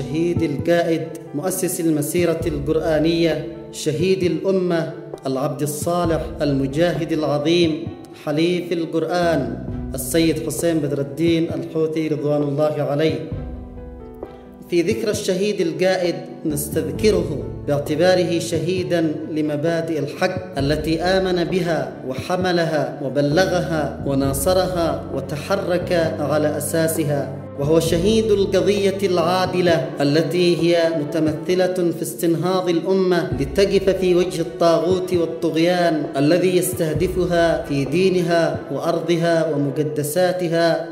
الشهيد القائد مؤسس المسيرة القرآنية، شهيد الأمة، العبد الصالح المجاهد العظيم، حليف القرآن، السيد حسين بدر الدين الحوثي رضوان الله عليه. في ذكرى الشهيد القائد نستذكره باعتباره شهيداً لمبادئ الحق التي آمن بها وحملها وبلغها وناصرها وتحرك على أساسها، وهو شهيد القضية العادلة التي هي متمثلة في استنهاض الأمة لتقف في وجه الطاغوت والطغيان الذي يستهدفها في دينها وأرضها ومقدساتها،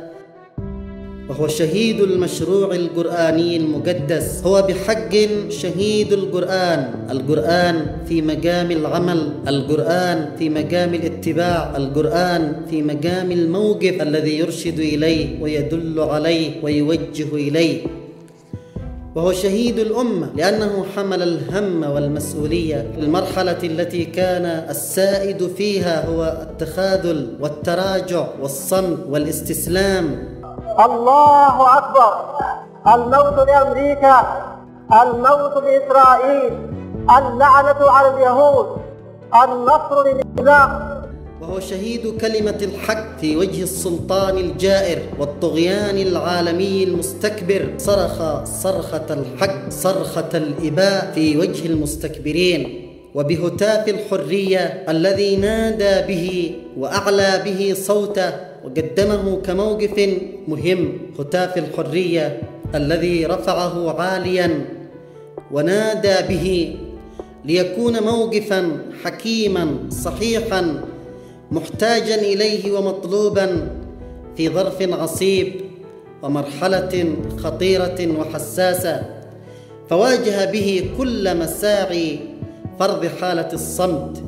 وهو شهيد المشروع القرآني المقدس. هو بحق شهيد القرآن، القرآن في مقام العمل، القرآن في مقام الاتباع، القرآن في مقام الموقف الذي يرشد إليه ويدل عليه ويوجه إليه. وهو شهيد الأمة لأنه حمل الهم والمسؤولية في المرحلة التي كان السائد فيها هو التخاذل والتراجع والصمت والاستسلام. الله أكبر. الموت لأمريكا، الموت لإسرائيل، اللعنة على اليهود، النصر للإسلام. وهو شهيد كلمة الحق في وجه السلطان الجائر والطغيان العالمي المستكبر. صرخ صرخة الحق، صرخة الإباء في وجه المستكبرين، وبهتاف الحرية الذي نادى به وأعلى به صوته وقدمه كموقف مهم. هتاف الحرية الذي رفعه عاليا ونادى به ليكون موقفا حكيما صحيحا محتاجا إليه ومطلوبا في ظرف عصيب ومرحلة خطيرة وحساسة، فواجه به كل مساعي فرض حالة الصمت،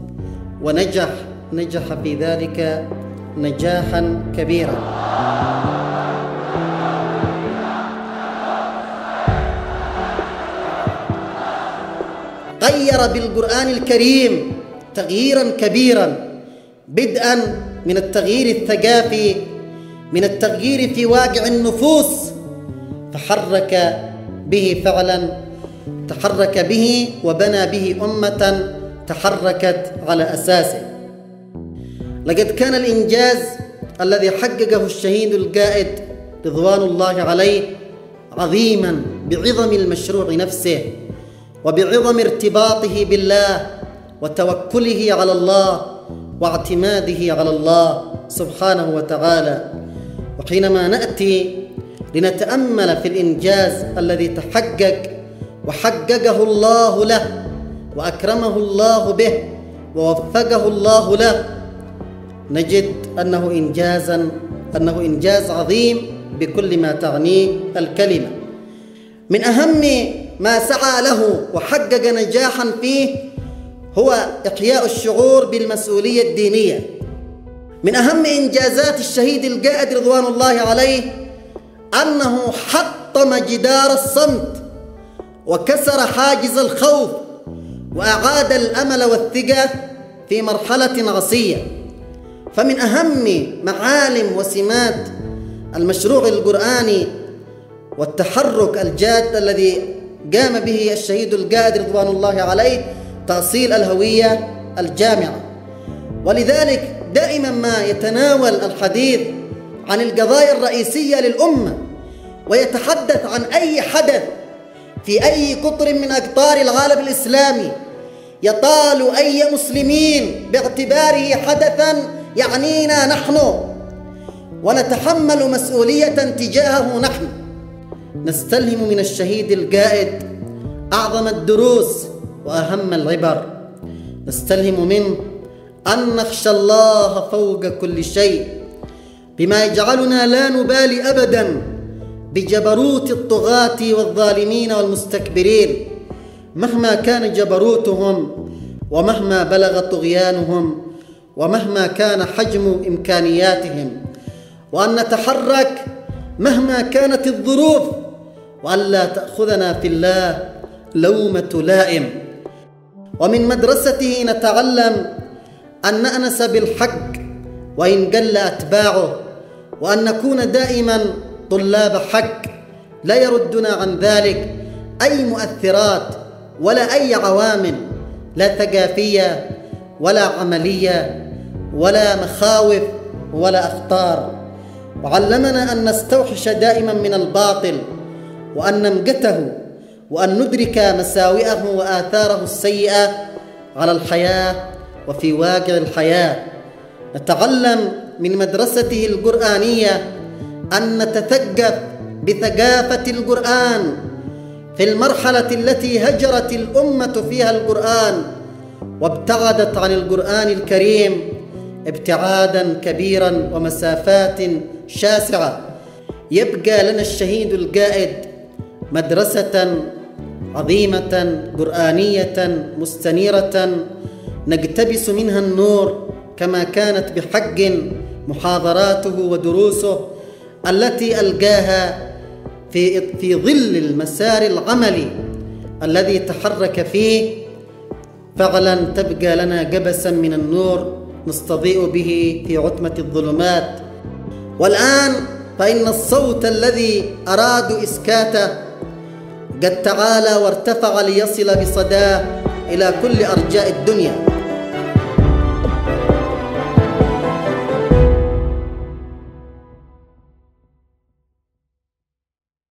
ونجح في ذلك نجاحا كبيرا. غير بالقرآن الكريم تغييرا كبيرا، بدءا من التغيير الثقافي، من التغيير في واقع النفوس، فحرك به فعلا، تحرك به وبنى به أمة تحركت على أساسه. لقد كان الإنجاز الذي حققه الشهيد القائد رضوان الله عليه عظيما بعظم المشروع نفسه وبعظم ارتباطه بالله وتوكله على الله واعتماده على الله سبحانه وتعالى. وحينما نأتي لنتأمل في الإنجاز الذي تحقق وحققه الله له وأكرمه الله به ووفقه الله له، نجد أنه إنجاز عظيم بكل ما تعنيه الكلمة. من أهم ما سعى له وحقق نجاحا فيه هو إحياء الشعور بالمسؤولية الدينية. من أهم إنجازات الشهيد القائد رضوان الله عليه أنه حطم جدار الصمت وكسر حاجز الخوف وأعاد الأمل والثقة في مرحلة عصية. فمن أهم معالم وسمات المشروع القرآني والتحرك الجاد الذي قام به الشهيد القائد رضوان الله عليه تأصيل الهوية الجامعة. ولذلك دائما ما يتناول الحديث عن القضايا الرئيسية للأمة ويتحدث عن أي حدث في أي قطر من أقطار العالم الإسلامي يطال أي مسلمين باعتباره حدثا يعنينا نحن ونتحمل مسؤولية تجاهه نحن. نستلهم من الشهيد القائد أعظم الدروس وأهم العبر. نستلهم منه أن نخشى الله فوق كل شيء، بما يجعلنا لا نبالي أبدا بجبروت الطغاة والظالمين والمستكبرين مهما كان جبروتهم ومهما بلغ طغيانهم ومهما كان حجم إمكانياتهم، وأن نتحرك مهما كانت الظروف، وأن لا تأخذنا في الله لومة لائم. ومن مدرسته نتعلم أن نأنس بالحق وإن قل أتباعه، وأن نكون دائما طلاب حق لا يردنا عن ذلك أي مؤثرات ولا أي عوامل، لا ثقافية ولا عملية ولا مخاوف ولا أخطار. وعلمنا أن نستوحش دائما من الباطل، وأن نمقته، وأن ندرك مساوئه وآثاره السيئة على الحياة وفي واقع الحياة. نتعلم من مدرسته القرآنية أن نتثقف بثقافة القرآن في المرحلة التي هجرت الأمة فيها القرآن وابتعدت عن القرآن الكريم ابتعادا كبيرا ومسافات شاسعة. يبقى لنا الشهيد القائد مدرسة عظيمة قرآنية مستنيرة نقتبس منها النور، كما كانت بحق محاضراته ودروسه التي ألقاها في ظل المسار العملي الذي تحرك فيه. فعلا تبقى لنا قبسا من النور نستضيء به في عتمة الظلمات. والآن فإن الصوت الذي أرادوا إسكاته قد تعالى وارتفع ليصل بصداه إلى كل أرجاء الدنيا.